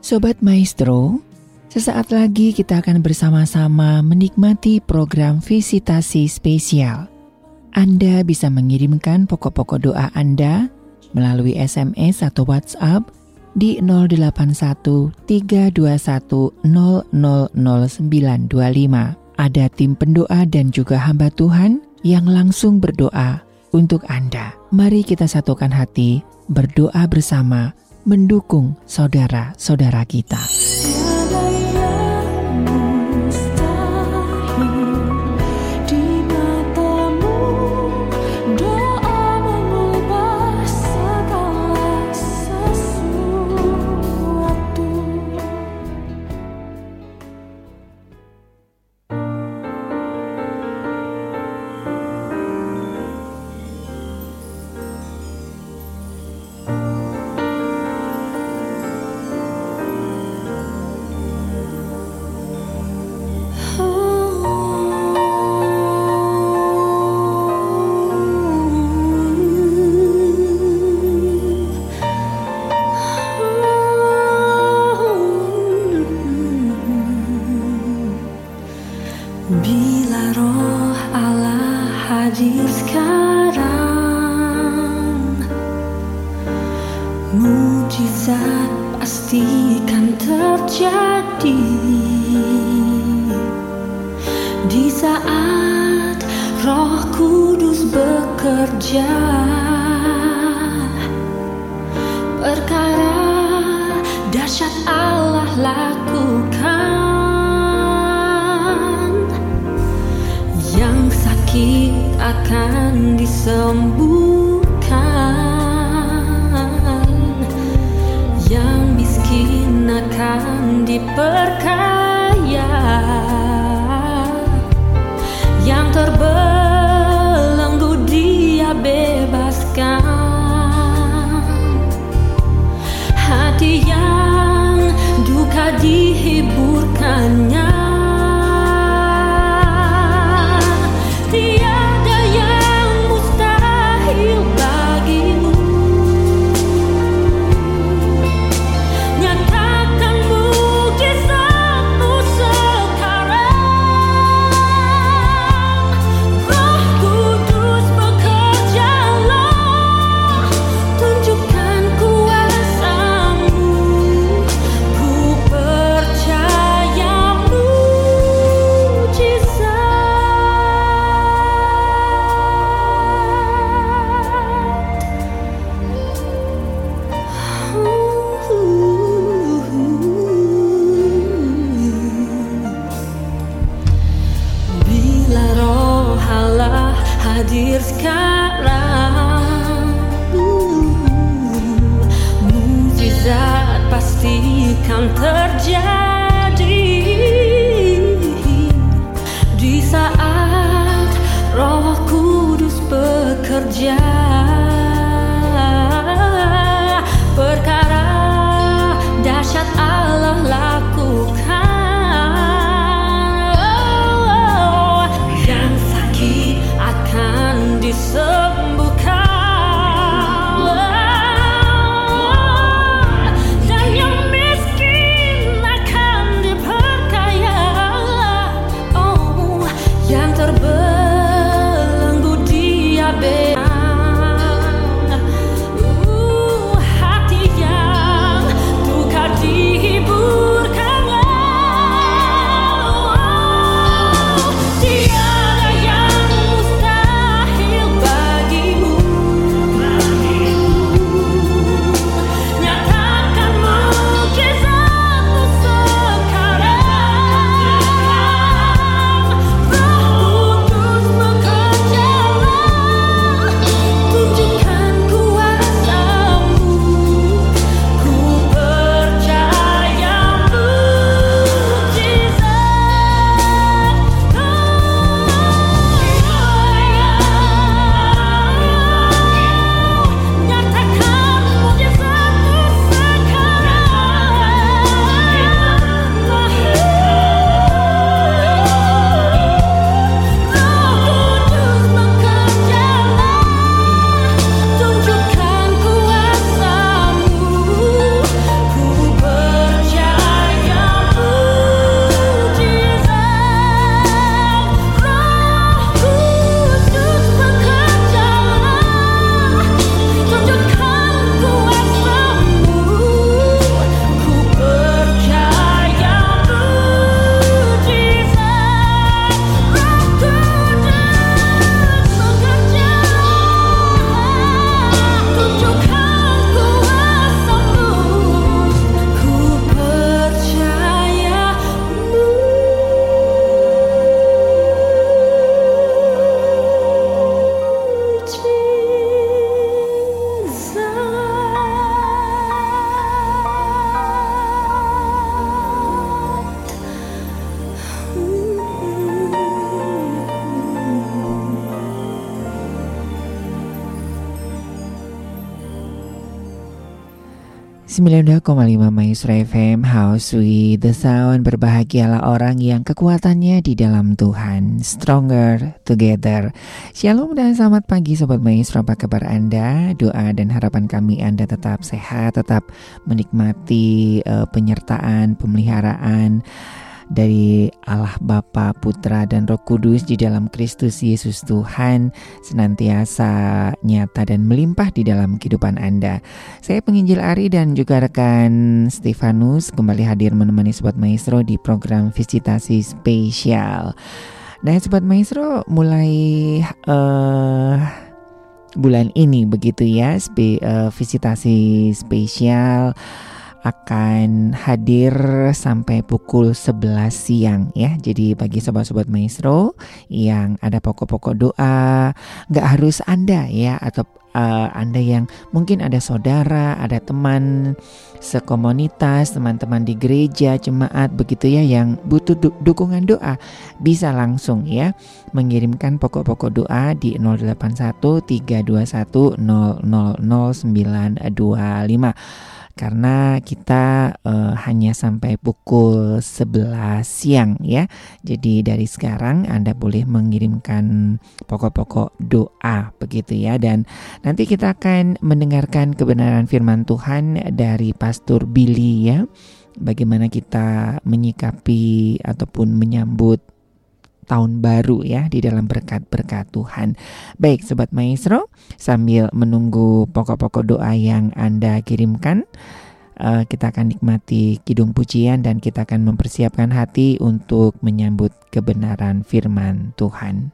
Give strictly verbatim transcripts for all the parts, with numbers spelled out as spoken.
Sobat Maestro, sesaat lagi kita akan bersama-sama menikmati program visitasi spesial. Anda bisa mengirimkan pokok-pokok doa Anda melalui S M S atau WhatsApp di nol delapan satu tiga dua satu nol nol nol sembilan dua lima. Ada tim pendoa dan juga hamba Tuhan yang langsung berdoa untuk Anda. Mari kita satukan hati, berdoa bersama, mendukung saudara-saudara kita. Bila roh Allah hadir sekarang, mujizat pastikan terjadi. Di saat Roh Kudus bekerja, perkara dahsyat Allah lakukan. Yang sakit akan disembuhkan, yang miskin akan diperkaya, yang terbelenggu Dia bebaskan, hati yang duka dihiburkannya. Tiada yang mustahil bagimu. Nyatakan mujizatmu sekarang. Roh Kudus bekerjalah, tunjukkan kuasa-Mu. Ku percaya mujizat. Bila Roh Allah hadir sekarang, mujizat pastikan terjadi. Di saat Roh Kudus bekerja, perkara dahsyat Allah lakukan. Yang sakit akan disembuhkan, dan yang miskin akan sembilan puluh dua koma lima Maestro F M, House with the Sound. Berbahagialah orang yang kekuatannya di dalam Tuhan. Stronger together. Shalom dan selamat pagi Sobat Maestro, apa kabar Anda? Doa dan harapan kami Anda tetap sehat, tetap menikmati uh, penyertaan, pemeliharaan dari Allah Bapa, Putra, dan Roh Kudus di dalam Kristus Yesus Tuhan senantiasa nyata dan melimpah di dalam kehidupan Anda. Saya penginjil Ari dan juga rekan Stefanus kembali hadir menemani Sobat Maestro di program Visitasi Spesial. Nah Sobat Maestro, mulai uh, bulan ini begitu ya, spe, uh, Visitasi Spesial akan hadir sampai pukul sebelas siang ya. Jadi bagi sobat-sobat Maestro yang ada pokok-pokok doa, gak harus Anda ya, atau uh, Anda yang mungkin ada saudara, ada teman sekomunitas, teman-teman di gereja, jemaat begitu ya, yang butuh du- dukungan doa, bisa langsung ya mengirimkan pokok-pokok doa di nol delapan satu tiga dua satu nol nol nol sembilan dua lima. Karena kita uh, hanya sampai pukul sebelas siang ya. Jadi dari sekarang Anda boleh mengirimkan pokok-pokok doa begitu ya. Dan nanti kita akan mendengarkan kebenaran firman Tuhan dari Pastor Billy ya. Bagaimana kita menyikapi ataupun menyambut tahun baru ya di dalam berkat-berkat Tuhan. Baik Sobat Maestro, sambil menunggu pokok-pokok doa yang Anda kirimkan, uh, kita akan nikmati kidung pujian dan kita akan mempersiapkan hati untuk menyambut kebenaran firman Tuhan.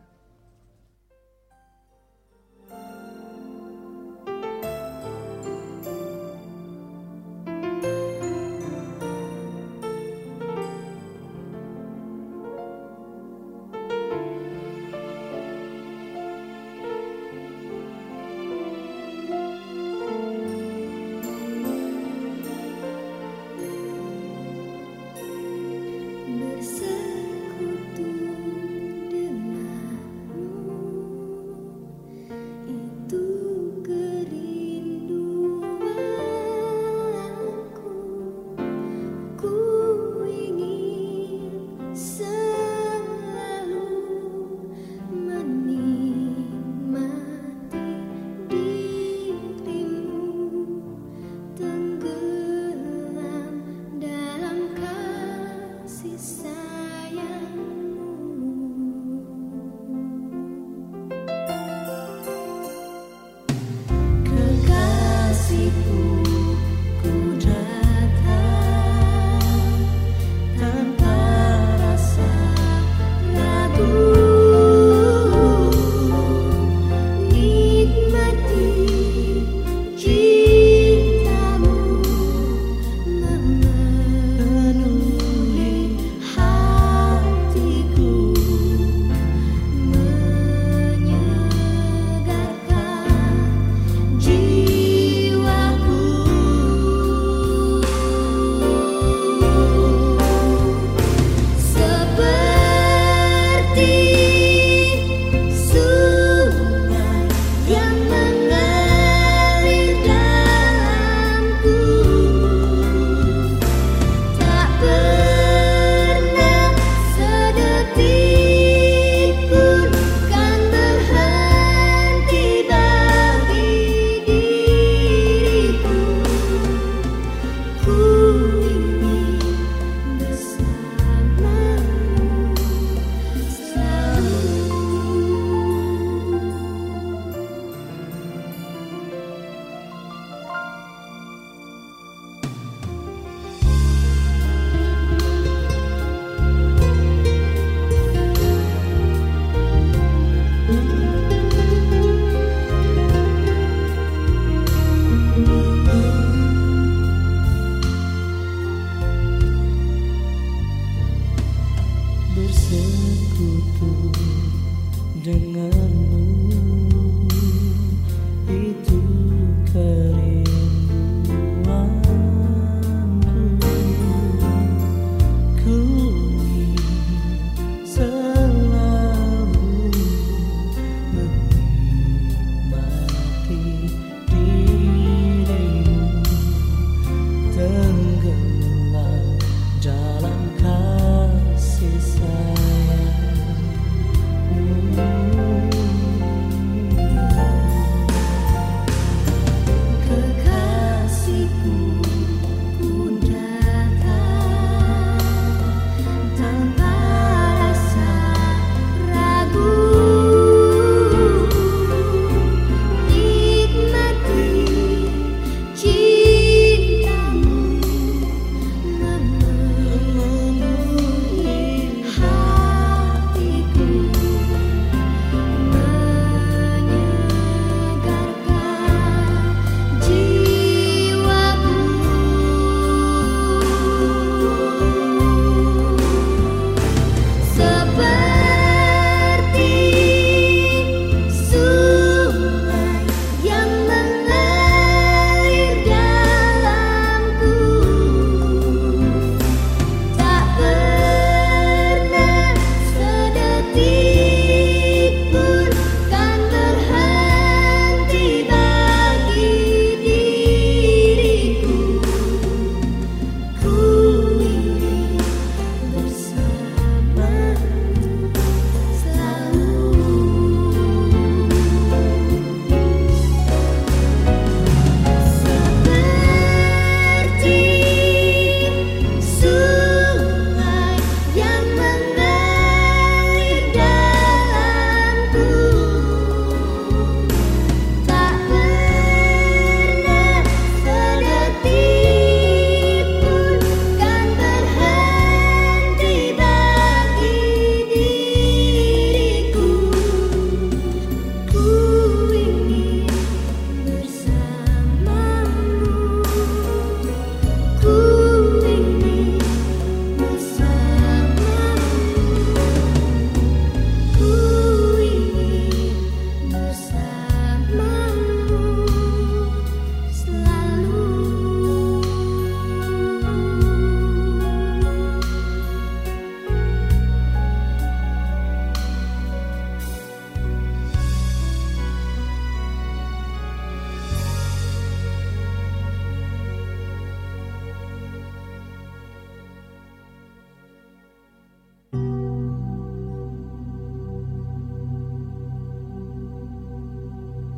Bersekutu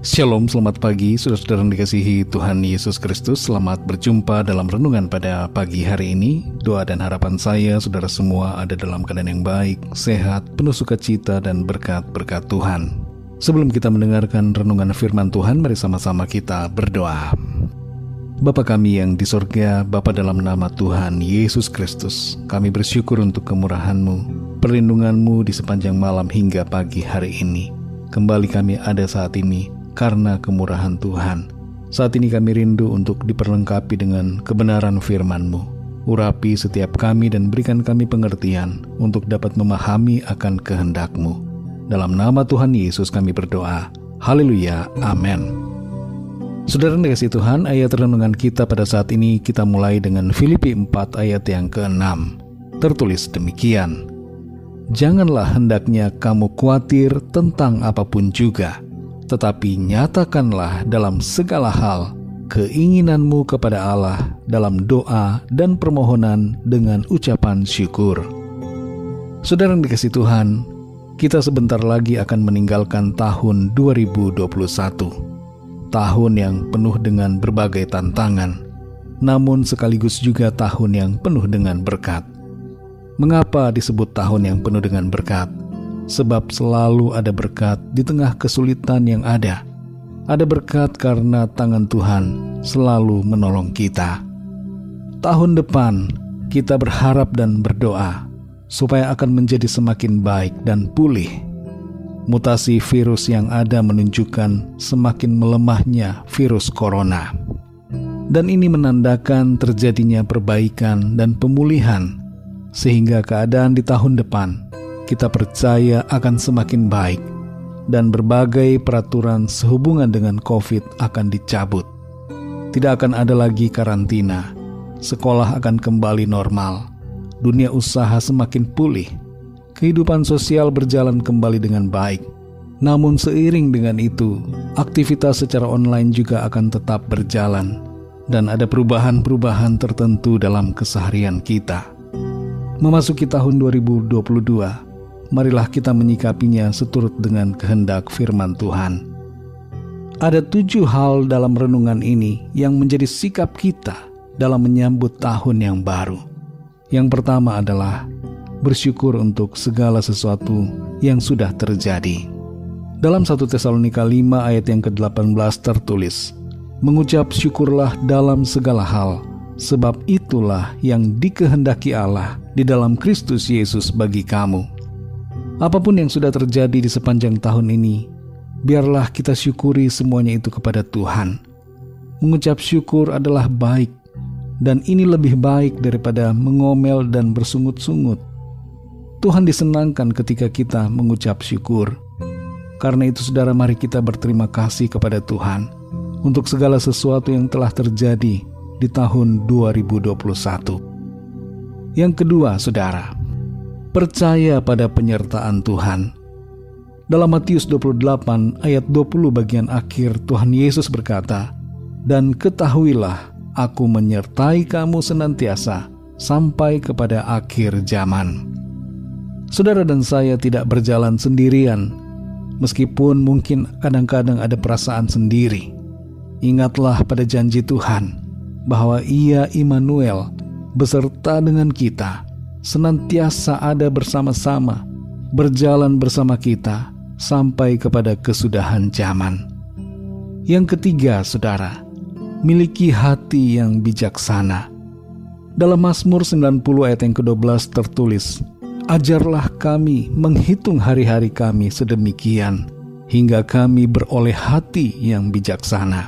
Shalom, selamat pagi saudara-saudara yang dikasihi Tuhan Yesus Kristus. Selamat berjumpa dalam renungan pada pagi hari ini. Doa dan harapan saya saudara semua ada dalam keadaan yang baik, sehat, penuh sukacita dan berkat-berkat Tuhan. Sebelum kita mendengarkan renungan firman Tuhan, mari sama-sama kita berdoa. Bapa kami yang di sorga, Bapa dalam nama Tuhan Yesus Kristus, kami bersyukur untuk kemurahan-Mu, perlindungan-Mu di sepanjang malam hingga pagi hari ini. Kembali kami ada saat ini karena kemurahan Tuhan. Saat ini kami rindu untuk diperlengkapi dengan kebenaran firman-Mu. Urapi setiap kami dan berikan kami pengertian untuk dapat memahami akan kehendak-Mu. Dalam nama Tuhan Yesus kami berdoa. Haleluya, amin. Saudara yang dikasihi Tuhan, ayat renungan kita pada saat ini kita mulai dengan Filipi empat ayat yang keenam. Tertulis demikian: Janganlah hendaknya kamu khawatir tentang apapun juga, tetapi nyatakanlah dalam segala hal keinginanmu kepada Allah dalam doa dan permohonan dengan ucapan syukur. Saudara yang dikasihi Tuhan, kita sebentar lagi akan meninggalkan tahun dua ribu dua puluh satu. Tahun yang penuh dengan berbagai tantangan, namun sekaligus juga tahun yang penuh dengan berkat. Mengapa disebut tahun yang penuh dengan berkat? Sebab selalu ada berkat di tengah kesulitan yang ada. Ada berkat karena tangan Tuhan selalu menolong kita. Tahun depan kita berharap dan berdoa supaya akan menjadi semakin baik dan pulih. Mutasi virus yang ada menunjukkan semakin melemahnya virus corona. Dan ini menandakan terjadinya perbaikan dan pemulihan, sehingga keadaan di tahun depan kita percaya akan semakin baik dan berbagai peraturan sehubungan dengan COVID akan dicabut. Tidak akan ada lagi karantina, sekolah akan kembali normal, dunia usaha semakin pulih, kehidupan sosial berjalan kembali dengan baik. Namun seiring dengan itu, aktivitas secara online juga akan tetap berjalan dan ada perubahan-perubahan tertentu dalam keseharian kita. Memasuki tahun dua ribu dua puluh dua, marilah kita menyikapinya seturut dengan kehendak firman Tuhan. Ada tujuh hal dalam renungan ini yang menjadi sikap kita dalam menyambut tahun yang baru. Yang pertama adalah bersyukur untuk segala sesuatu yang sudah terjadi. Dalam satu Tesalonika lima ayat yang ke-delapan belas tertulis, mengucap syukurlah dalam segala hal, sebab itulah yang dikehendaki Allah di dalam Kristus Yesus bagi kamu. Apapun yang sudah terjadi di sepanjang tahun ini, biarlah kita syukuri semuanya itu kepada Tuhan. Mengucap syukur adalah baik, dan ini lebih baik daripada mengomel dan bersungut-sungut. Tuhan disenangkan ketika kita mengucap syukur. Karena itu saudara, mari kita berterima kasih kepada Tuhan untuk segala sesuatu yang telah terjadi di tahun dua ribu dua puluh satu. Yang kedua, saudara, percaya pada penyertaan Tuhan. Dalam Matius dua puluh delapan ayat dua puluh bagian akhir, Tuhan Yesus berkata, "Dan ketahuilah, aku menyertai kamu senantiasa sampai kepada akhir zaman." Saudara dan saya tidak berjalan sendirian, meskipun mungkin kadang-kadang ada perasaan sendiri. Ingatlah pada janji Tuhan bahwa Ia Immanuel beserta dengan kita, senantiasa ada bersama-sama, berjalan bersama kita sampai kepada kesudahan zaman. Yang ketiga, saudara, miliki hati yang bijaksana. Dalam Mazmur sembilan puluh ayat yang kedua belas tertulis, ajarlah kami menghitung hari-hari kami sedemikian, hingga kami beroleh hati yang bijaksana.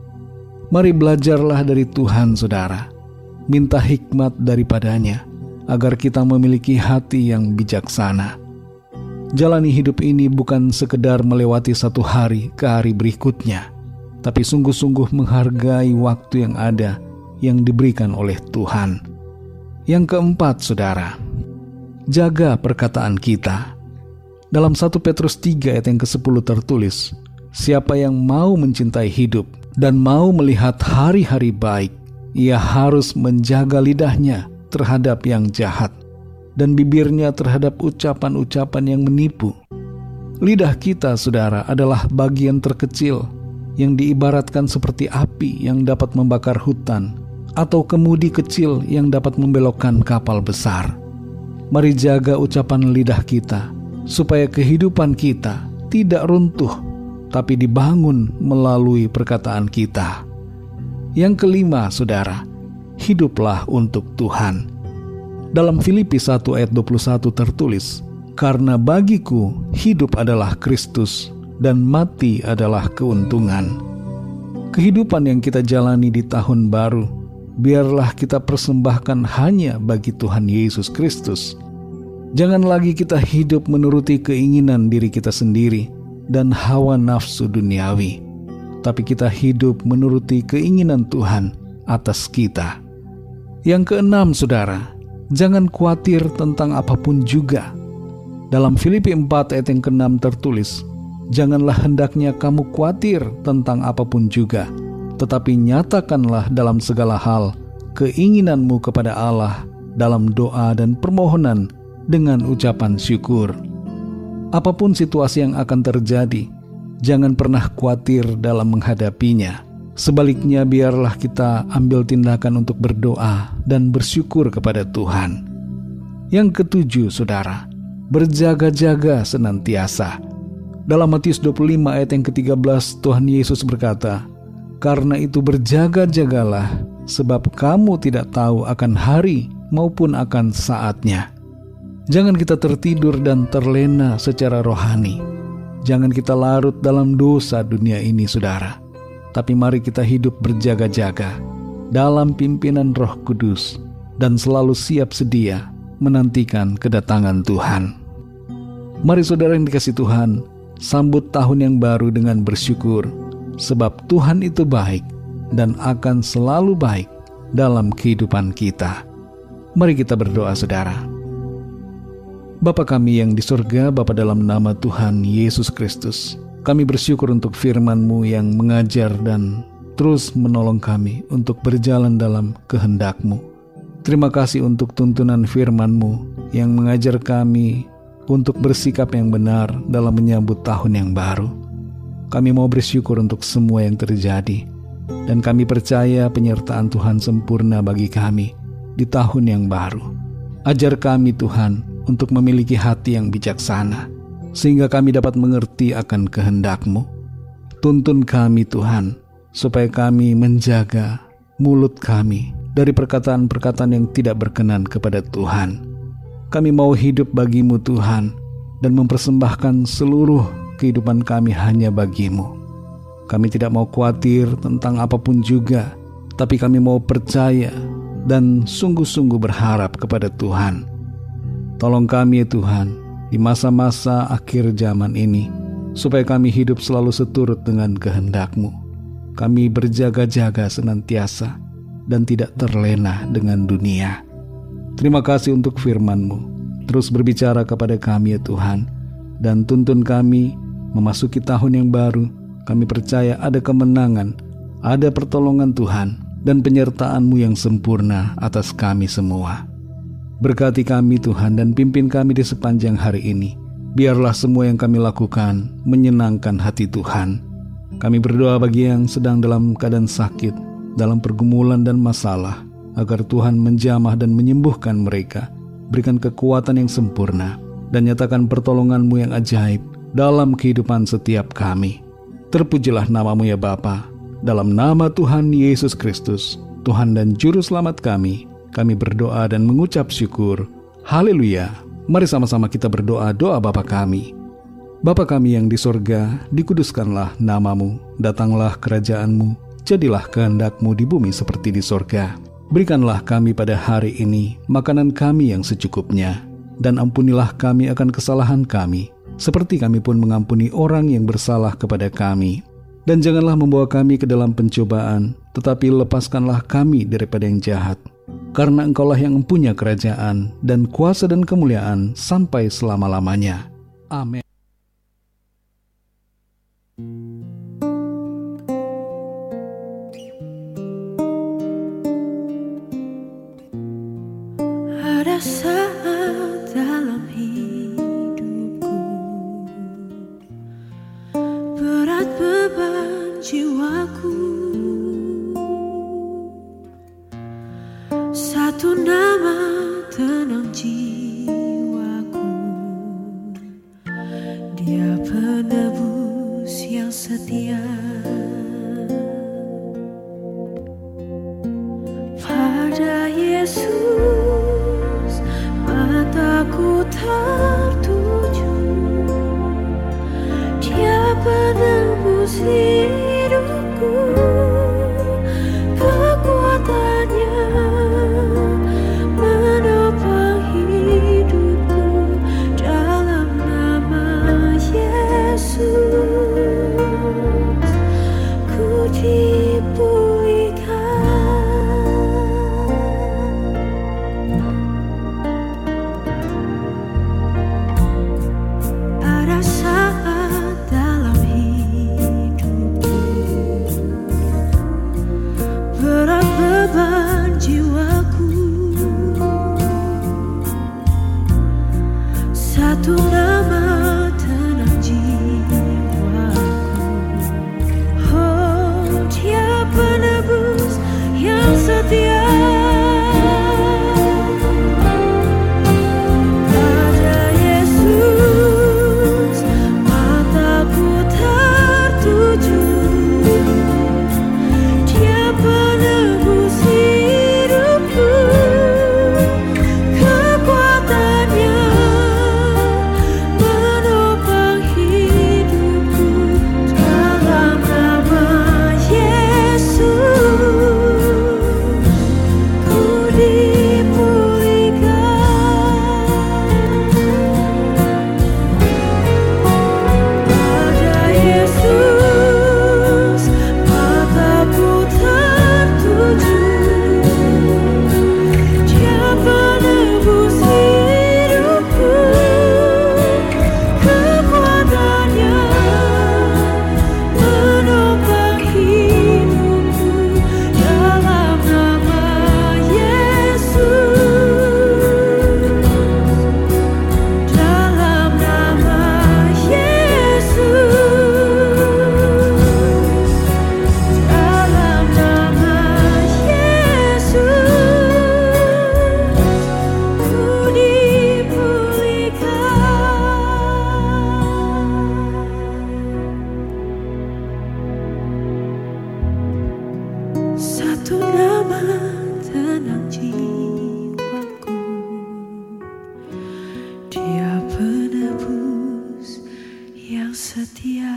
Mari belajarlah dari Tuhan, saudara. Minta hikmat daripadanya, agar kita memiliki hati yang bijaksana. Jalani hidup ini bukan sekedar melewati satu hari ke hari berikutnya, tapi sungguh-sungguh menghargai waktu yang ada yang diberikan oleh Tuhan. Yang keempat, saudara, jaga perkataan kita. Dalam satu Petrus tiga ayat yang kesepuluh tertulis, siapa yang mau mencintai hidup dan mau melihat hari-hari baik, ia harus menjaga lidahnya terhadap yang jahat dan bibirnya terhadap ucapan-ucapan yang menipu. Lidah kita, saudara, adalah bagian terkecil yang diibaratkan seperti api yang dapat membakar hutan, atau kemudi kecil yang dapat membelokkan kapal besar. Mari jaga ucapan lidah kita, supaya kehidupan kita tidak runtuh, tapi dibangun melalui perkataan kita. Yang kelima, saudara, hiduplah untuk Tuhan. Dalam Filipi satu ayat dua puluh satu tertulis, "Karena bagiku hidup adalah Kristus dan mati adalah keuntungan." Kehidupan yang kita jalani di tahun baru, biarlah kita persembahkan hanya bagi Tuhan Yesus Kristus. Jangan lagi kita hidup menuruti keinginan diri kita sendiri dan hawa nafsu duniawi, tapi kita hidup menuruti keinginan Tuhan atas kita. Yang keenam, saudara, jangan khawatir tentang apapun juga. Dalam Filipi empat ayat yang keenam tertulis, "Janganlah hendaknya kamu khawatir tentang apapun juga, tetapi nyatakanlah dalam segala hal keinginanmu kepada Allah dalam doa dan permohonan dengan ucapan syukur." Apapun situasi yang akan terjadi, jangan pernah khawatir dalam menghadapinya. Sebaliknya, biarlah kita ambil tindakan untuk berdoa dan bersyukur kepada Tuhan. Yang ketujuh, saudara, berjaga-jaga senantiasa. Dalam Matius dua puluh lima ayat yang ketiga belas, Tuhan Yesus berkata, "Karena itu berjaga-jagalah, sebab kamu tidak tahu akan hari maupun akan saatnya." Jangan kita tertidur dan terlena secara rohani. Jangan kita larut dalam dosa dunia ini, saudara. Tapi mari kita hidup berjaga-jaga dalam pimpinan Roh Kudus dan selalu siap sedia menantikan kedatangan Tuhan. Mari saudara yang dikasihi Tuhan, sambut tahun yang baru dengan bersyukur, sebab Tuhan itu baik dan akan selalu baik dalam kehidupan kita. Mari kita berdoa, saudara. Bapa kami yang di surga, Bapa, dalam nama Tuhan Yesus Kristus, kami bersyukur untuk firman-Mu yang mengajar dan terus menolong kami untuk berjalan dalam kehendak-Mu. Terima kasih untuk tuntunan firman-Mu yang mengajar kami untuk bersikap yang benar dalam menyambut tahun yang baru. Kami mau bersyukur untuk semua yang terjadi, dan kami percaya penyertaan Tuhan sempurna bagi kami di tahun yang baru. Ajar kami, Tuhan, untuk memiliki hati yang bijaksana, sehingga kami dapat mengerti akan kehendak-Mu. Tuntun kami, Tuhan, supaya kami menjaga mulut kami dari perkataan-perkataan yang tidak berkenan kepada Tuhan. Kami mau hidup bagi-Mu, Tuhan, dan mempersembahkan seluruh kehidupan kami hanya bagi-Mu. Kami tidak mau khawatir tentang apapun juga, tapi kami mau percaya dan sungguh-sungguh berharap kepada Tuhan. Tolong kami, ya Tuhan, di masa-masa akhir zaman ini, supaya kami hidup selalu seturut dengan kehendak-Mu. Kami berjaga-jaga senantiasa dan tidak terlena dengan dunia. Terima kasih untuk firman-Mu. Terus berbicara kepada kami, ya Tuhan, dan tuntun kami memasuki tahun yang baru. Kami percaya ada kemenangan, ada pertolongan Tuhan, dan penyertaan-Mu yang sempurna atas kami semua. Berkati kami, Tuhan, dan pimpin kami di sepanjang hari ini. Biarlah semua yang kami lakukan menyenangkan hati Tuhan. Kami berdoa bagi yang sedang dalam keadaan sakit, dalam pergumulan dan masalah, agar Tuhan menjamah dan menyembuhkan mereka. Berikan kekuatan yang sempurna, dan nyatakan pertolongan-Mu yang ajaib dalam kehidupan setiap kami. Terpujilah nama-Mu, ya Bapa. Dalam nama Tuhan Yesus Kristus, Tuhan dan Juru Selamat kami, kami berdoa dan mengucap syukur. Haleluya. Mari sama-sama kita berdoa doa Bapa kami. Bapa kami yang di sorga, dikuduskanlah nama-Mu, datanglah kerajaan-Mu, jadilah kehendak-Mu di bumi seperti di sorga. Berikanlah kami pada hari ini makanan kami yang secukupnya, dan ampunilah kami akan kesalahan kami, seperti kami pun mengampuni orang yang bersalah kepada kami. Dan janganlah membawa kami ke dalam pencobaan, tetapi lepaskanlah kami daripada yang jahat. Karena Engkaulah yang mempunyai kerajaan dan kuasa dan kemuliaan sampai selama-lamanya. Amin. Ada saat dalam hidupku berat beban jiwa jiwaku, satu nama tenang jiwaku, Dia penebus yang setia. Pada Yesus mataku tertuju, Dia penebus hidupku, kekuatannya menopang hidupku. Dalam nama Yesus ku dipulihkan. Pada saat dalam hidupku berat beban jiwaku, satu nama tenang jiwaku, oh Dia penebus yang setia. Pada Yesus mataku tertuju, Dia penebus hidupku, kekuatannya menopang hidupku. Dalam nama Yesus ku dipulihkan. Pada Yesus mataku tertuju, Dia penebus hidupku, kekuatannya menopang hidupku. Dalam nama Yesus, dalam nama Yesus, dalam nama Yesus ku dipulihkan. Satu nama tenang jiwaku, Dia penebus yang setia.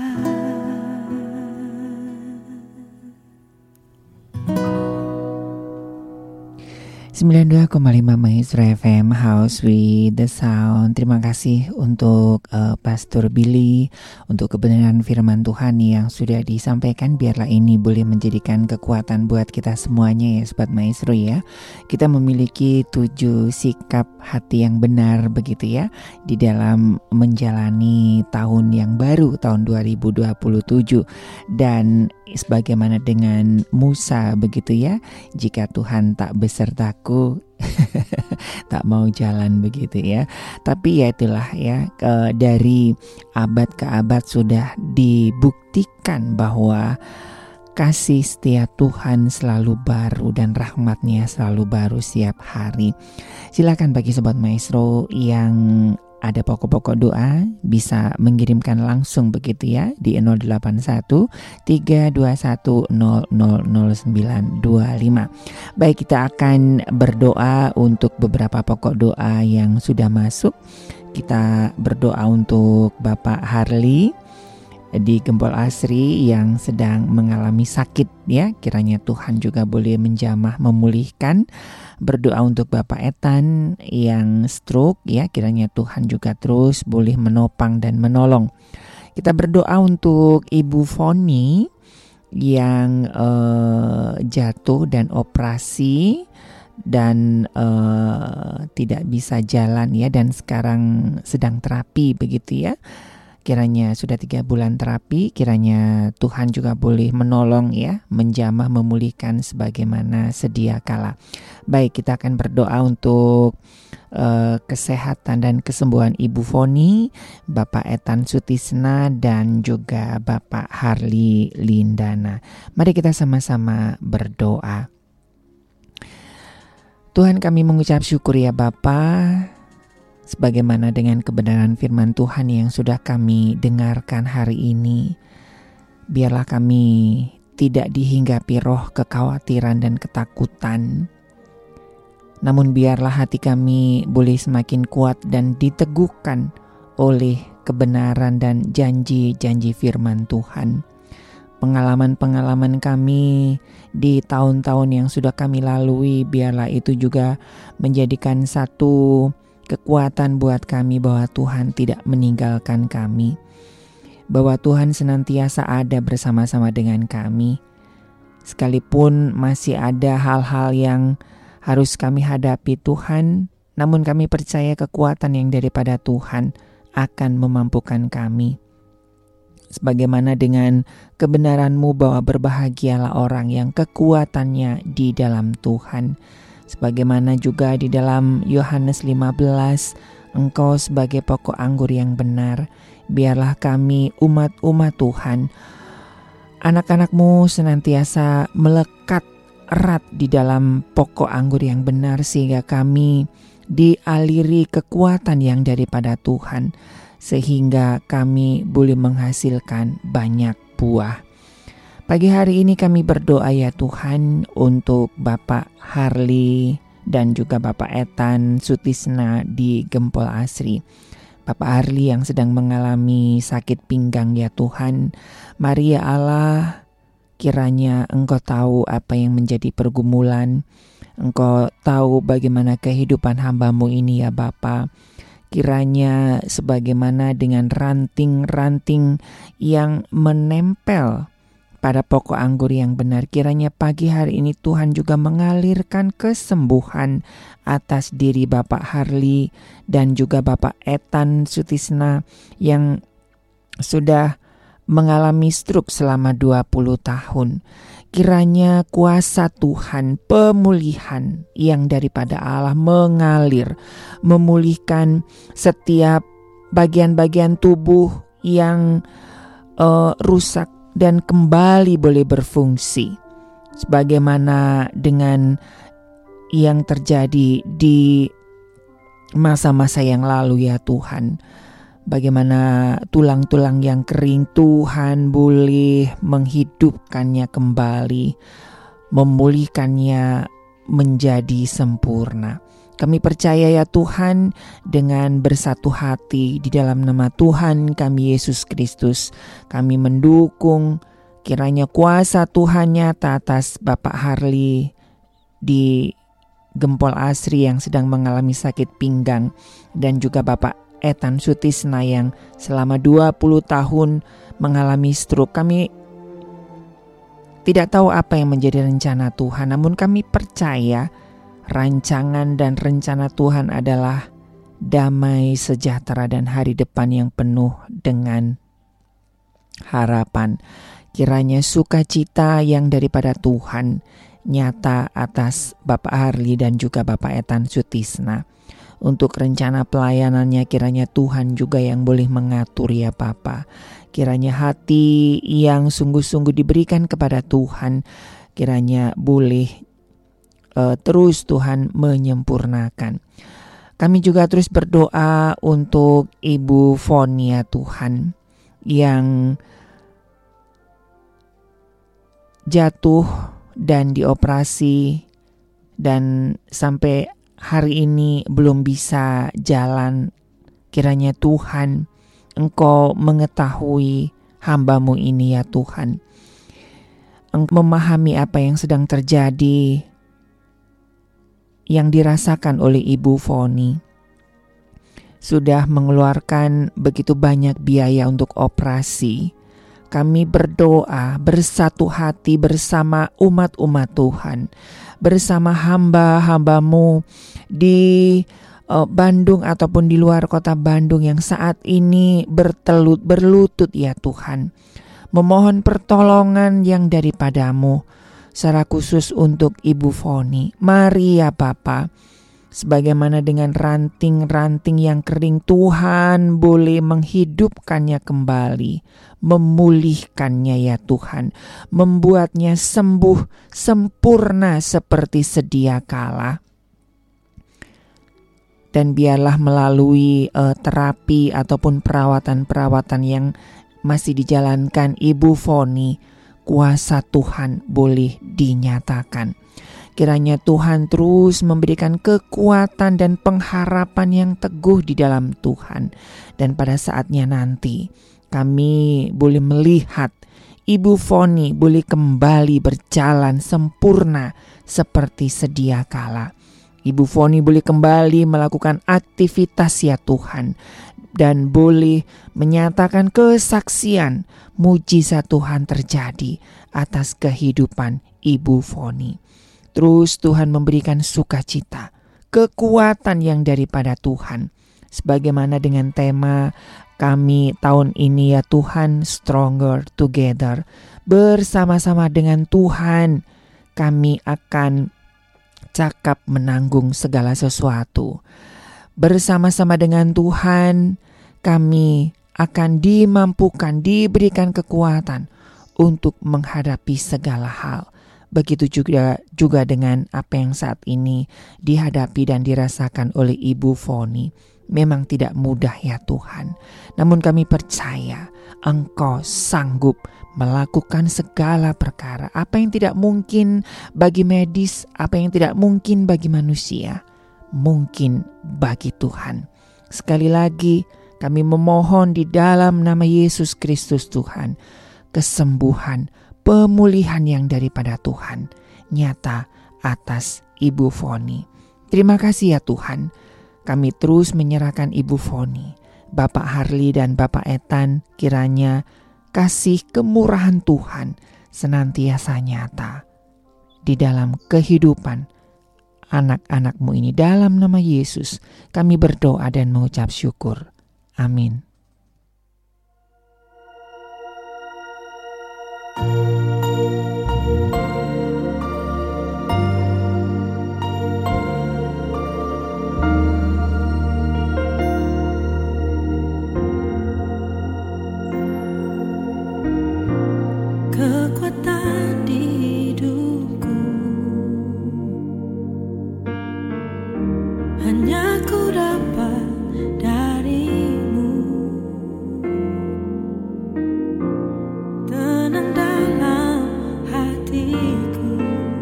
sembilan puluh dua koma lima Maestro F M, House with the Sound. Terima kasih untuk uh, Pastor Billy, untuk kebenaran firman Tuhan yang sudah disampaikan. Biarlah ini boleh menjadikan kekuatan buat kita semuanya ya Sobat Maestro ya. Kita memiliki tujuh sikap hati yang benar begitu ya, di dalam menjalani tahun yang baru, tahun dua ribu dua puluh tujuh. Dan sebagaimana dengan Musa begitu ya, jika Tuhan tak besertaku tak mau jalan begitu ya. Tapi ya itulah ya, ke, dari abad ke abad sudah dibuktikan bahwa kasih setia Tuhan selalu baru dan rahmat-Nya selalu baru setiap hari. Silakan bagi Sobat Maestro yang ada pokok-pokok doa bisa mengirimkan langsung begitu ya di nol delapan satu tiga dua satu nol nol nol sembilan dua lima. Baik, kita akan berdoa untuk beberapa pokok doa yang sudah masuk. Kita berdoa untuk Bapak Harli di Gempol Asri yang sedang mengalami sakit ya, kiranya Tuhan juga boleh menjamah memulihkan. Berdoa untuk Bapak Etan yang stroke ya, kiranya Tuhan juga terus boleh menopang dan menolong. Kita berdoa untuk Ibu Foni yang uh, jatuh dan operasi dan uh, tidak bisa jalan ya, dan sekarang sedang terapi begitu ya. Kiranya sudah tiga bulan terapi, kiranya Tuhan juga boleh menolong ya, menjamah memulihkan sebagaimana sedia kala. Baik, kita akan berdoa untuk uh, kesehatan dan kesembuhan Ibu Foni, Bapak Etan Sutisna, dan juga Bapak Harli Lindana. Mari kita sama-sama berdoa. Tuhan, kami mengucap syukur ya Bapa, sebagaimana dengan kebenaran firman Tuhan yang sudah kami dengarkan hari ini. Biarlah kami tidak dihinggapi roh kekhawatiran dan ketakutan. Namun biarlah hati kami boleh semakin kuat dan diteguhkan oleh kebenaran dan janji-janji firman Tuhan. Pengalaman-pengalaman kami di tahun-tahun yang sudah kami lalui, biarlah itu juga menjadikan satu kekuatan buat kami bahwa Tuhan tidak meninggalkan kami, bahwa Tuhan senantiasa ada bersama-sama dengan kami. Sekalipun masih ada hal-hal yang harus kami hadapi Tuhan, namun kami percaya kekuatan yang daripada Tuhan akan memampukan kami. Sebagaimana dengan kebenaran-Mu bahwa berbahagialah orang yang kekuatannya di dalam Tuhan. Sebagaimana juga di dalam Yohanes lima belas, Engkau sebagai pokok anggur yang benar. Biarlah kami umat-umat Tuhan, anak-anak-Mu senantiasa melekat erat di dalam pokok anggur yang benar, sehingga kami dialiri kekuatan yang daripada Tuhan, sehingga kami boleh menghasilkan banyak buah. Pagi hari ini kami berdoa ya Tuhan untuk Bapak Harli dan juga Bapak Etan Sutisna di Gempol Asri. Bapak Harli yang sedang mengalami sakit pinggang ya Tuhan. Mari ya Allah, kiranya Engkau tahu apa yang menjadi pergumulan. Engkau tahu bagaimana kehidupan hamba-Mu ini ya Bapa. Kiranya sebagaimana dengan ranting-ranting yang menempel pada pokok anggur yang benar, kiranya pagi hari ini Tuhan juga mengalirkan kesembuhan atas diri Bapak Harli dan juga Bapak Etan Sutisna yang sudah mengalami stroke selama dua puluh tahun. Kiranya kuasa Tuhan, pemulihan yang daripada Allah mengalir, memulihkan setiap bagian-bagian tubuh yang uh, rusak dan kembali boleh berfungsi. Sebagaimana dengan yang terjadi di masa-masa yang lalu ya Tuhan. Bagaimana tulang-tulang yang kering Tuhan boleh menghidupkannya kembali, memulihkannya menjadi sempurna. Kami percaya ya Tuhan, dengan bersatu hati di dalam nama Tuhan kami Yesus Kristus, kami mendukung kiranya kuasa Tuhan nyata atas Bapak Harli di Gempol Asri yang sedang mengalami sakit pinggang, dan juga Bapak Etan Sutisna yang selama dua puluh tahun mengalami stroke. Kami tidak tahu apa yang menjadi rencana Tuhan, namun kami percaya rancangan dan rencana Tuhan adalah damai, sejahtera, dan hari depan yang penuh dengan harapan. Kiranya sukacita yang daripada Tuhan nyata atas Bapak Harli dan juga Bapak Etan Sutisna. Untuk rencana pelayanannya kiranya Tuhan juga yang boleh mengatur ya Bapa. Kiranya hati yang sungguh-sungguh diberikan kepada Tuhan, kiranya boleh uh, terus Tuhan menyempurnakan. Kami juga terus berdoa untuk Ibu Foni ya Tuhan, yang jatuh dan dioperasi dan sampai hari ini belum bisa jalan. Kiranya Tuhan, Engkau mengetahui hamba-Mu ini ya Tuhan. Engkau memahami apa yang sedang terjadi, yang dirasakan oleh Ibu Foni. Sudah mengeluarkan begitu banyak biaya untuk operasi. Kami berdoa bersatu hati bersama umat-umat Tuhan, bersama hamba-hamba-Mu di uh, Bandung ataupun di luar kota Bandung yang saat ini bertelut berlutut ya Tuhan, memohon pertolongan yang daripada-Mu, secara khusus untuk Ibu Foni. Mari ya Bapa, Sebagaimana dengan ranting-ranting yang kering, Tuhan boleh menghidupkannya kembali, memulihkannya ya Tuhan, membuatnya sembuh sempurna seperti sedia kala. Dan biarlah melalui uh, terapi ataupun perawatan-perawatan yang masih dijalankan Ibu Foni, kuasa Tuhan boleh dinyatakan. Kiranya Tuhan terus memberikan kekuatan dan pengharapan yang teguh di dalam Tuhan. Dan pada saatnya nanti kami boleh melihat Ibu Foni boleh kembali berjalan sempurna seperti sedia kala. Ibu Foni boleh kembali melakukan aktivitas ya Tuhan, dan boleh menyatakan kesaksian mujizat Tuhan terjadi atas kehidupan Ibu Foni. Terus Tuhan memberikan sukacita, kekuatan yang daripada Tuhan. Sebagaimana dengan tema kami tahun ini ya Tuhan, Stronger Together. Bersama-sama dengan Tuhan kami akan cakap menanggung segala sesuatu. Bersama-sama dengan Tuhan kami akan dimampukan, diberikan kekuatan untuk menghadapi segala hal. Begitu juga juga dengan apa yang saat ini dihadapi dan dirasakan oleh Ibu Foni. Memang tidak mudah ya Tuhan. Namun kami percaya Engkau sanggup melakukan segala perkara. Apa yang tidak mungkin bagi medis, apa yang tidak mungkin bagi manusia, mungkin bagi Tuhan. Sekali lagi kami memohon di dalam nama Yesus Kristus Tuhan, kesembuhan, pemulihan yang daripada Tuhan nyata atas Ibu Foni. Terima kasih ya Tuhan. Kami terus menyerahkan Ibu Foni, Bapak Harli dan Bapak Etan, kiranya kasih kemurahan Tuhan senantiasa nyata di dalam kehidupan anak-anak-Mu ini. Dalam nama Yesus kami berdoa dan mengucap syukur. Amin. Kekuatan di hidupku hanya ku dapat dari-Mu. Tenang dalam hatiku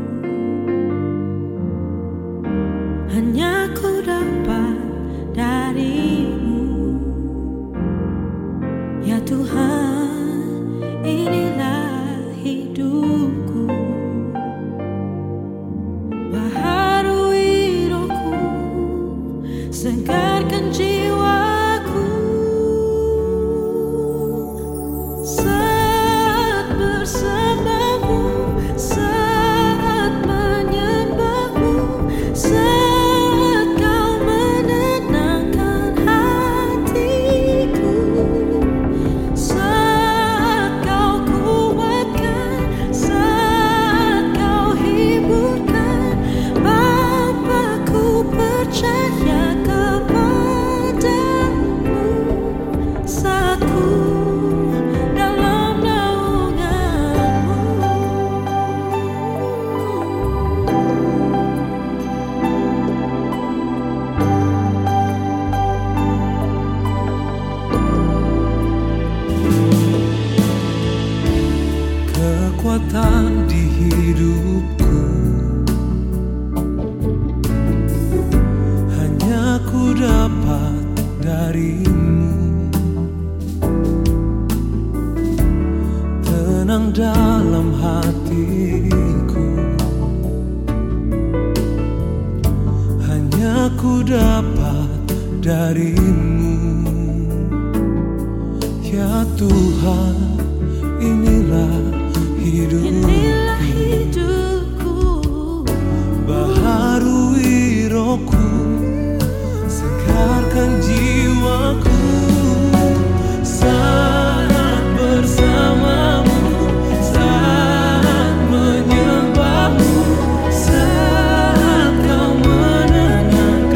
hanya ku dapat dari-Mu. Ya Tuhan, inilah hidupku, baharui rohku, segarkan jiwaku. Saat bersamamu, saat menyembahmu, saat Kau menenangkan hatiku, saat Kau kuatkan, saat Kau hiburkan, Bapa, ku percaya kepadamu. Saat ku dalam naungan-Mu, kekuatan di hidupku hanya ku dapat dari-Mu. Tenang dalam hatiku hanya ku dapat dari-Mu. Ya Tuhan, inilah inilah hidupku, hidupku, baharui rohku, segarkan jiwaku. Saat bersamamu, saat menyembahmu, saat Kau menenangkan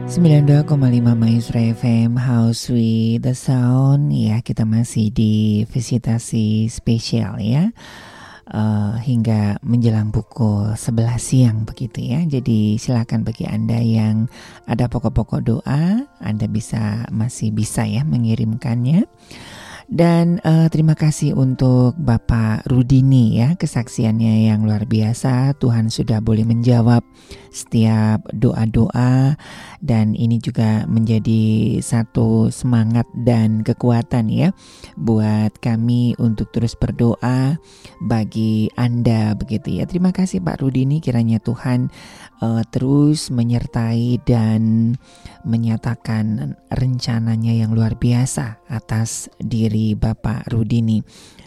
sembilan puluh dua koma lima Maestro F M, How Sweet the Sound. Ya, kita masih di visitasi spesial ya, uh, hingga menjelang pukul sebelas siang begitu ya. Jadi silakan bagi Anda yang ada pokok-pokok doa, Anda bisa masih bisa ya mengirimkannya. Dan uh, terima kasih untuk Bapak Rudini ya, kesaksiannya yang luar biasa. Tuhan sudah boleh menjawab setiap doa-doa, dan ini juga menjadi satu semangat dan kekuatan ya buat kami untuk terus berdoa bagi Anda begitu ya. Terima kasih Pak Rudini, kiranya Tuhan uh, terus menyertai dan menyatakan rencananya yang luar biasa atas diri Bapak Rudini.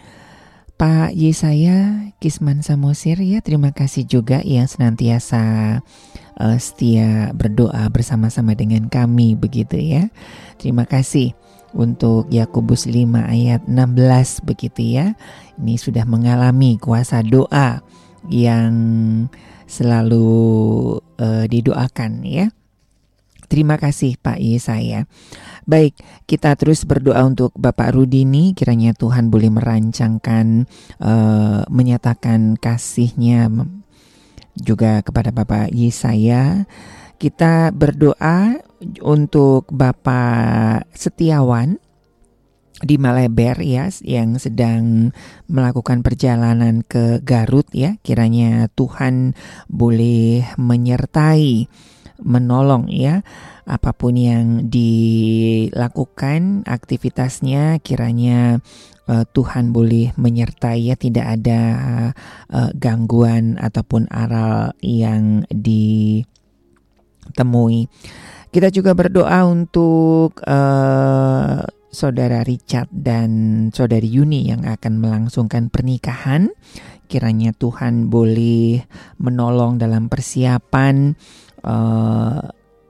Pak Yesaya Kisman Samosir ya, terima kasih juga yang senantiasa uh, setia berdoa bersama-sama dengan kami begitu ya. Terima kasih untuk Yakobus lima ayat enam belas begitu ya. Ini sudah mengalami kuasa doa yang selalu uh, didoakan ya. Terima kasih Pak Yesaya. Baik, kita terus berdoa untuk Bapak Rudini, kiranya Tuhan boleh merancangkan, uh, menyatakan kasih-Nya juga kepada Bapak Yesaya. Kita berdoa untuk Bapak Setiawan di Maleber ya, yang sedang melakukan perjalanan ke Garut ya. Kiranya Tuhan boleh menyertai, menolong ya, apapun yang dilakukan aktivitasnya, kiranya uh, Tuhan boleh menyertai ya, tidak ada uh, gangguan ataupun aral yang ditemui. Kita juga berdoa untuk uh, Saudara Richard dan Saudari Yuni yang akan melangsungkan pernikahan. Kiranya Tuhan boleh menolong dalam persiapan Uh,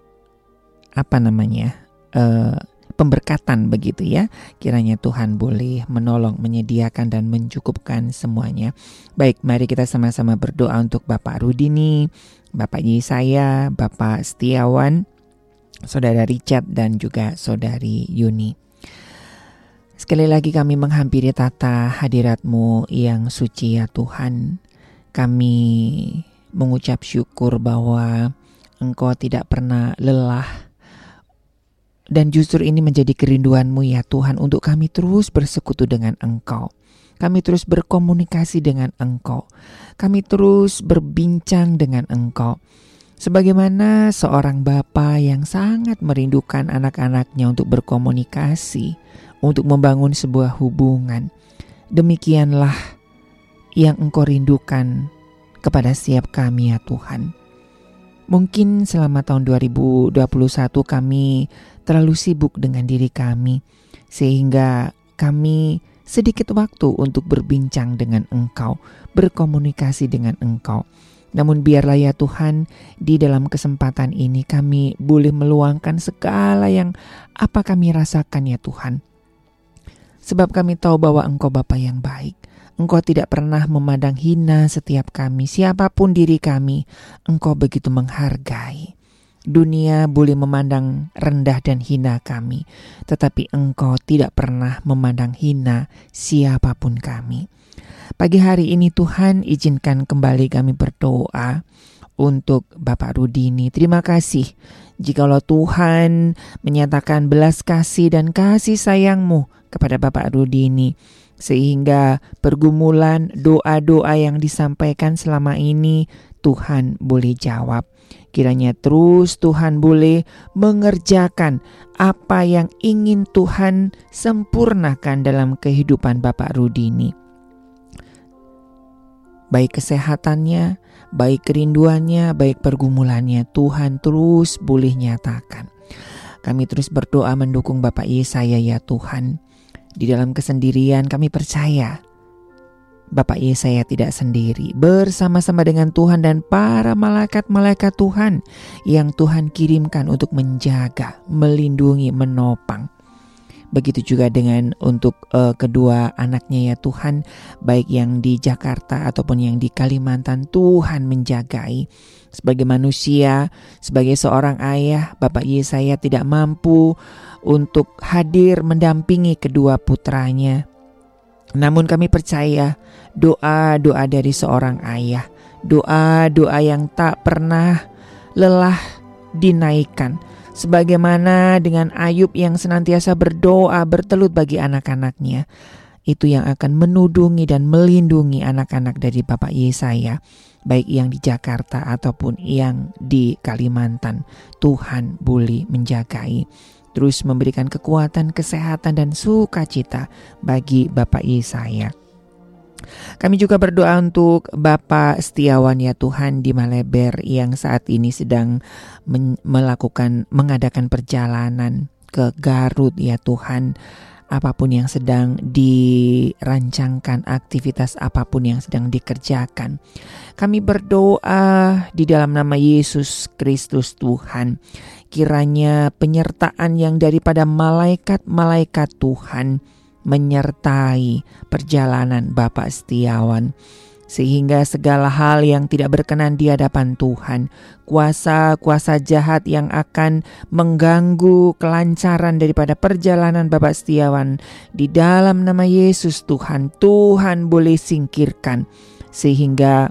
apa namanya uh, pemberkatan begitu ya. Kiranya Tuhan boleh menolong, menyediakan dan mencukupkan semuanya. Baik, mari kita sama-sama berdoa untuk Bapak Rudini, Bapak Yesaya, Bapak Setiawan, Saudara Richard dan juga Saudari Yuni. Sekali lagi kami menghampiri tata hadirat-Mu yang suci ya Tuhan. Kami mengucap syukur bahwa Engkau tidak pernah lelah, dan justru ini menjadi kerinduan-Mu ya Tuhan, untuk kami terus bersekutu dengan Engkau. Kami terus berkomunikasi dengan Engkau. Kami terus berbincang dengan Engkau. Sebagaimana seorang bapa yang sangat merindukan anak-anaknya untuk berkomunikasi, untuk membangun sebuah hubungan. Demikianlah yang Engkau rindukan kepada setiap kami ya Tuhan. Mungkin selama tahun dua ribu dua puluh satu kami terlalu sibuk dengan diri kami, sehingga kami sedikit waktu untuk berbincang dengan Engkau, berkomunikasi dengan Engkau. Namun biarlah ya Tuhan, di dalam kesempatan ini kami boleh meluangkan segala yang apa kami rasakan ya Tuhan. Sebab kami tahu bahwa Engkau Bapa yang baik. Engkau tidak pernah memandang hina setiap kami, siapapun diri kami. Engkau begitu menghargai. Dunia boleh memandang rendah dan hina kami, tetapi Engkau tidak pernah memandang hina siapapun kami. Pagi hari ini Tuhan, izinkan kembali kami berdoa untuk Bapak Rudini. Terima kasih jikalau Tuhan menyatakan belas kasih dan kasih sayang-Mu kepada Bapak Rudini, sehingga pergumulan doa-doa yang disampaikan selama ini Tuhan boleh jawab. Kiranya terus Tuhan boleh mengerjakan apa yang ingin Tuhan sempurnakan dalam kehidupan Bapak Rudini. Baik kesehatannya, baik kerinduannya, baik pergumulannya, Tuhan terus boleh nyatakan. Kami terus berdoa mendukung Bapak Yesaya ya Tuhan. Di dalam kesendirian kami percaya Bapak Yesaya tidak sendiri, bersama-sama dengan Tuhan dan para malaikat-malaikat Tuhan yang Tuhan kirimkan untuk menjaga, melindungi, menopang. Begitu juga dengan untuk uh, kedua anaknya ya Tuhan, baik yang di Jakarta ataupun yang di Kalimantan. Tuhan menjagai. Sebagai manusia, sebagai seorang ayah, Bapak Yesaya tidak mampu untuk hadir mendampingi kedua putranya. Namun kami percaya doa-doa dari seorang ayah, doa-doa yang tak pernah lelah dinaikkan. Sebagaimana dengan Ayub yang senantiasa berdoa bertelut bagi anak-anaknya, itu yang akan menudungi dan melindungi anak-anak dari Bapak Yesaya, baik yang di Jakarta ataupun yang di Kalimantan. Tuhan boleh menjagai, terus memberikan kekuatan, kesehatan dan sukacita bagi Bapak Yesaya. Kami juga berdoa untuk Bapak Setiawan ya Tuhan di Maleber yang saat ini sedang men- melakukan mengadakan perjalanan ke Garut ya Tuhan. Apapun yang sedang dirancangkan, aktivitas apapun yang sedang dikerjakan, kami berdoa di dalam nama Yesus Kristus Tuhan. Kiranya penyertaan yang daripada malaikat-malaikat Tuhan menyertai perjalanan Bapak Setiawan, sehingga segala hal yang tidak berkenan di hadapan Tuhan, kuasa-kuasa jahat yang akan mengganggu kelancaran daripada perjalanan Bapak Setiawan, di dalam nama Yesus Tuhan, Tuhan boleh singkirkan, sehingga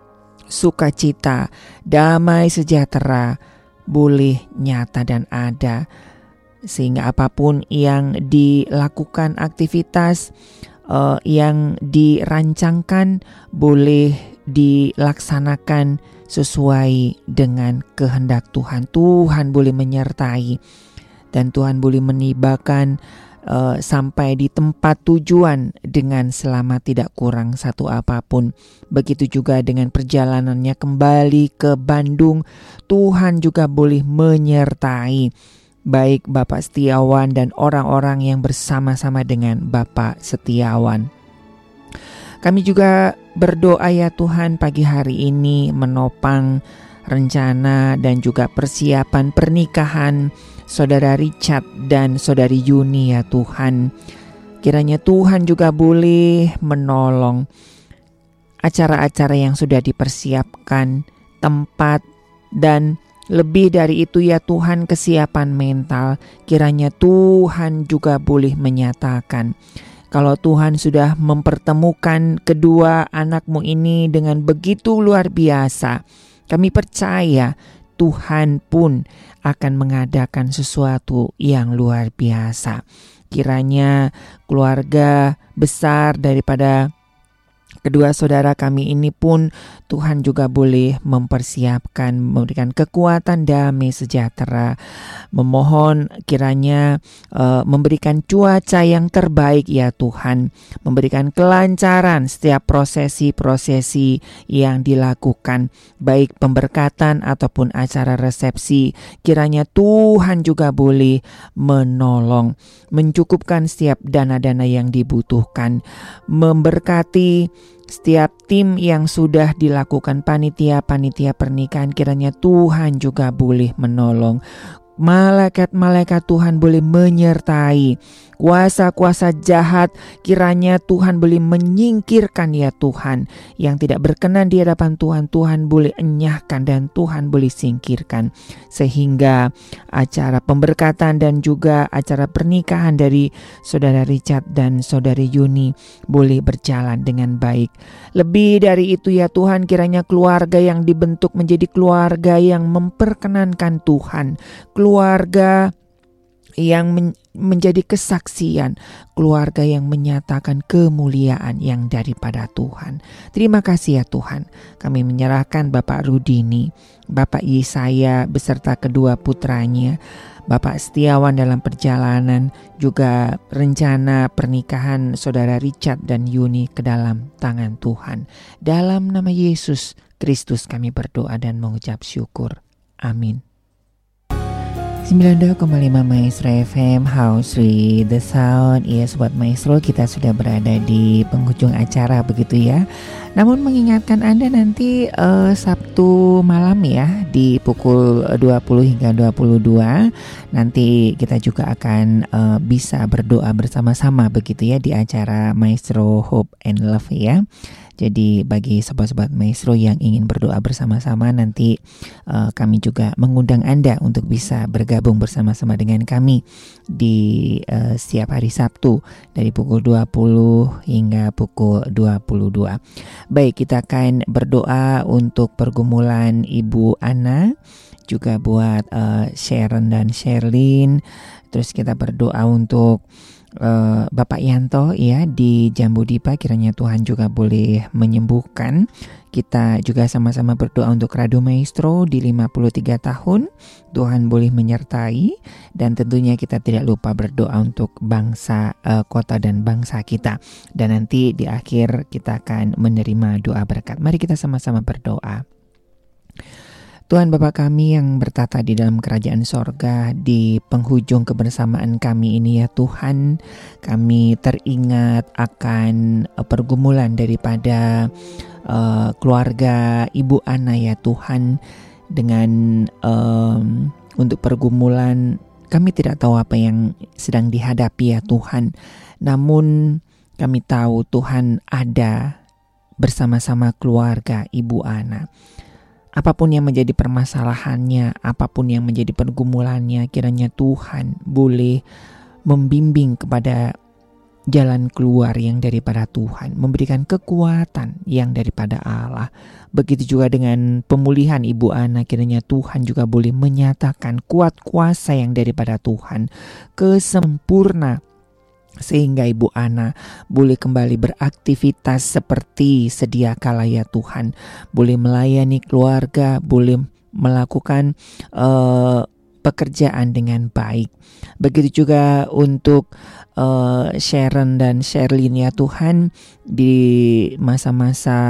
sukacita, damai sejahtera boleh nyata dan ada. Sehingga apapun yang dilakukan, aktivitas uh, yang dirancangkan boleh dilaksanakan sesuai dengan kehendak Tuhan. Tuhan boleh menyertai dan Tuhan boleh menibakan uh, sampai di tempat tujuan dengan selamat, tidak kurang satu apapun. Begitu juga dengan perjalanannya kembali ke Bandung, Tuhan juga boleh menyertai baik Bapak Setiawan dan orang-orang yang bersama-sama dengan Bapak Setiawan. Kami juga berdoa ya Tuhan pagi hari ini menopang rencana dan juga persiapan pernikahan Saudara Richard dan Saudari Yuni ya Tuhan. Kiranya Tuhan juga boleh menolong acara-acara yang sudah dipersiapkan, tempat, dan lebih dari itu ya Tuhan, kesiapan mental. Kiranya Tuhan juga boleh menyatakan, kalau Tuhan sudah mempertemukan kedua anakmu ini dengan begitu luar biasa, kami percaya Tuhan pun akan mengadakan sesuatu yang luar biasa. Kiranya keluarga besar daripada kedua saudara kami ini pun Tuhan juga boleh mempersiapkan, memberikan kekuatan, damai sejahtera. Memohon kiranya uh, memberikan cuaca yang terbaik ya Tuhan, memberikan kelancaran setiap prosesi-prosesi yang dilakukan, baik pemberkatan ataupun acara resepsi. Kiranya Tuhan juga boleh menolong, mencukupkan setiap dana-dana yang dibutuhkan, memberkati setiap tim yang sudah dilakukan, panitia-panitia pernikahan. Kiranya Tuhan juga boleh menolong. Malaikat-malaikat Tuhan boleh menyertai. Kuasa-kuasa jahat kiranya Tuhan boleh menyingkirkan ya Tuhan. Yang tidak berkenan di hadapan Tuhan, Tuhan boleh enyahkan dan Tuhan boleh singkirkan. Sehingga acara pemberkatan dan juga acara pernikahan dari Saudara Richard dan Saudari Yuni boleh berjalan dengan baik. Lebih dari itu ya Tuhan, kiranya keluarga yang dibentuk menjadi keluarga yang memperkenankan Tuhan, keluarga yang men- menjadi kesaksian, keluarga yang menyatakan kemuliaan yang daripada Tuhan. Terima kasih ya Tuhan. Kami menyerahkan Bapak Rudini, Bapak Yesaya beserta kedua putranya, Bapak Setiawan dalam perjalanan, juga rencana pernikahan Saudara Richard dan Yuni ke dalam tangan Tuhan. Dalam nama Yesus Kristus kami berdoa dan mengucap syukur. Amin. sembilan puluh dua koma lima Maestro F M, House with the Sound. Iya Sobat Maestro, kita sudah berada di penghujung acara begitu ya. Namun mengingatkan Anda nanti uh, Sabtu malam ya di pukul dua puluh hingga dua puluh dua nanti kita juga akan uh, bisa berdoa bersama-sama begitu ya di acara Maestro Hope and Love ya. Jadi bagi sobat-sobat Maestro yang ingin berdoa bersama-sama nanti uh, kami juga mengundang Anda untuk bisa bergabung bersama-sama dengan kami di uh, setiap hari Sabtu dari pukul dua puluh hingga pukul dua puluh dua. Baik, kita akan berdoa untuk pergumulan Ibu Ana, juga buat uh, Sharon dan Sherlyn. Terus kita berdoa untuk Uh, Bapak Yanto ya di Jambu Dipa, kiranya Tuhan juga boleh menyembuhkan. Kita juga sama-sama berdoa untuk Radio Maestro di lima puluh tiga tahun, Tuhan boleh menyertai. Dan tentunya kita tidak lupa berdoa untuk bangsa, uh, kota dan bangsa kita. Dan nanti di akhir kita akan menerima doa berkat. Mari kita sama-sama berdoa. Tuhan Bapa kami yang bertata di dalam kerajaan sorga, di penghujung kebersamaan kami ini ya Tuhan, kami teringat akan pergumulan daripada uh, keluarga Ibu Ana ya Tuhan. Dengan um, untuk pergumulan kami tidak tahu apa yang sedang dihadapi ya Tuhan. Namun kami tahu Tuhan ada bersama-sama keluarga Ibu Ana. Apapun yang menjadi permasalahannya, apapun yang menjadi pergumulannya, kiranya Tuhan boleh membimbing kepada jalan keluar yang daripada Tuhan, memberikan kekuatan yang daripada Allah. Begitu juga dengan pemulihan Ibu Ana, kiranya Tuhan juga boleh menyatakan kuat kuasa yang daripada Tuhan, kesempurna, sehingga Ibu Ana boleh kembali beraktivitas seperti sedia kala ya Tuhan, boleh melayani keluarga, boleh melakukan uh, pekerjaan dengan baik. Begitu juga untuk uh, Sharon dan Sherlyn ya Tuhan, di masa-masa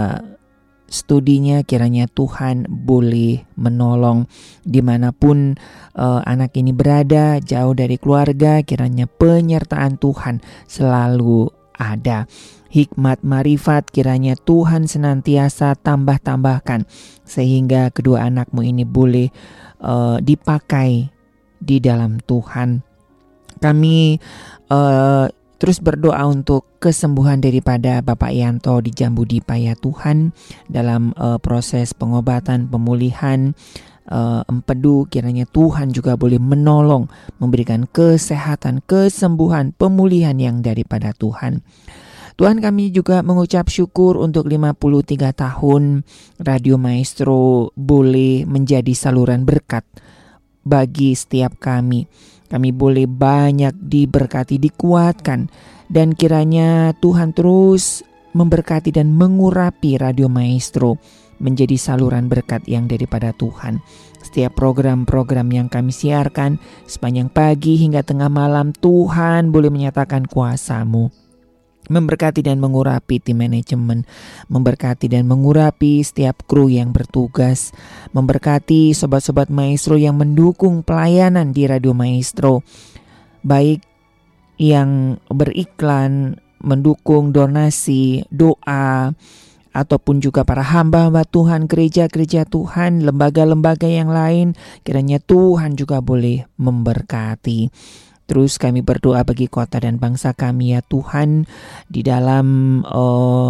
studinya kiranya Tuhan boleh menolong dimanapun uh, anak ini berada, jauh dari keluarga, kiranya penyertaan Tuhan selalu ada. Hikmat marifat kiranya Tuhan senantiasa tambah-tambahkan sehingga kedua anakmu ini boleh uh, dipakai di dalam Tuhan. Kami uh, terus berdoa untuk kesembuhan daripada Bapak Yanto di Jambu Dipa ya Tuhan, dalam uh, proses pengobatan, pemulihan, uh, empedu, kiranya Tuhan juga boleh menolong, memberikan kesehatan, kesembuhan, pemulihan yang daripada Tuhan. Tuhan, kami juga mengucap syukur untuk lima puluh tiga tahun Radio Maestro boleh menjadi saluran berkat bagi setiap kami. Kami boleh banyak diberkati, dikuatkan, dan kiranya Tuhan terus memberkati dan mengurapi Radio Maestro menjadi saluran berkat yang daripada Tuhan. Setiap program-program yang kami siarkan sepanjang pagi hingga tengah malam, Tuhan boleh menyatakan kuasa-Mu, memberkati dan mengurapi tim manajemen, memberkati dan mengurapi setiap kru yang bertugas, memberkati sobat-sobat Maestro yang mendukung pelayanan di Radio Maestro, baik yang beriklan, mendukung donasi, doa, ataupun juga para hamba-hamba Tuhan, gereja-gereja Tuhan, lembaga-lembaga yang lain, kiranya Tuhan juga boleh memberkati. Terus kami berdoa bagi kota dan bangsa kami ya Tuhan, di dalam uh,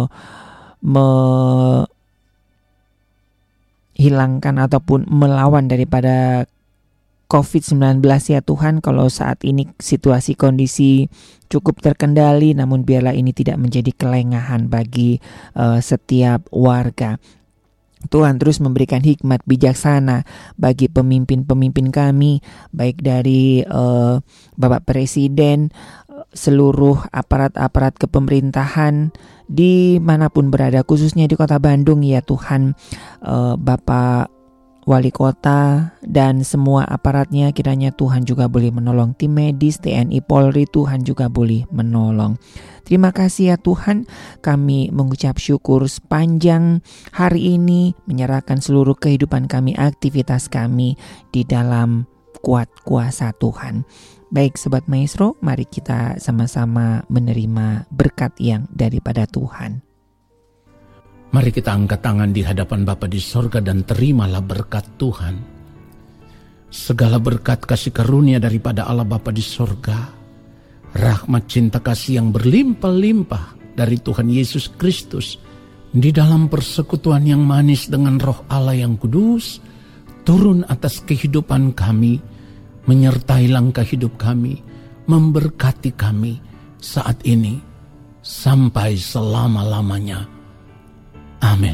menghilangkan ataupun melawan daripada covid sembilan belas ya Tuhan. Kalau saat ini situasi kondisi cukup terkendali, namun biarlah ini tidak menjadi kelengahan bagi uh, setiap warga. Tuhan terus memberikan hikmat bijaksana bagi pemimpin-pemimpin kami, baik dari uh, Bapak Presiden, seluruh aparat-aparat kepemerintahan dimanapun berada, khususnya di Kota Bandung ya Tuhan, uh, Bapak Wali Kota dan semua aparatnya, kiranya Tuhan juga boleh menolong tim medis, T N I, Polri, Tuhan juga boleh menolong. Terima kasih ya Tuhan, kami mengucap syukur sepanjang hari ini, menyerahkan seluruh kehidupan kami, aktivitas kami di dalam kuat kuasa Tuhan. Baik Sobat Maestro, mari kita sama-sama menerima berkat yang daripada Tuhan. Mari kita angkat tangan di hadapan Bapa di sorga dan terimalah berkat Tuhan. Segala berkat kasih karunia daripada Allah Bapa di sorga, rahmat cinta kasih yang berlimpah-limpah dari Tuhan Yesus Kristus, di dalam persekutuan yang manis dengan Roh Allah yang kudus, turun atas kehidupan kami, menyertai langkah hidup kami, memberkati kami saat ini, sampai selama-lamanya. Amin.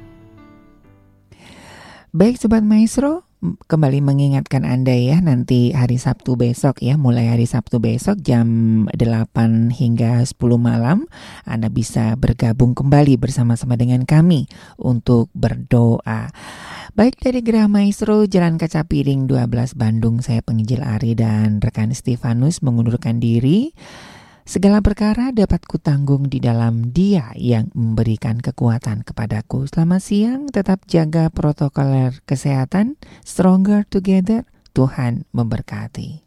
Baik Sobat Maestro, kembali mengingatkan Anda ya, nanti hari Sabtu besok ya, mulai hari Sabtu besok jam delapan hingga sepuluh malam, Anda bisa bergabung kembali bersama-sama dengan kami untuk berdoa. Baik dari Geraha Maestro Jalan Kaca Piring dua belas Bandung, saya Penginjil Ari dan rekan Stefanus mengundurkan diri. Segala perkara dapat kutanggung di dalam Dia yang memberikan kekuatan kepadaku. Selamat siang, tetap jaga protokol kesehatan. Stronger together, Tuhan memberkati.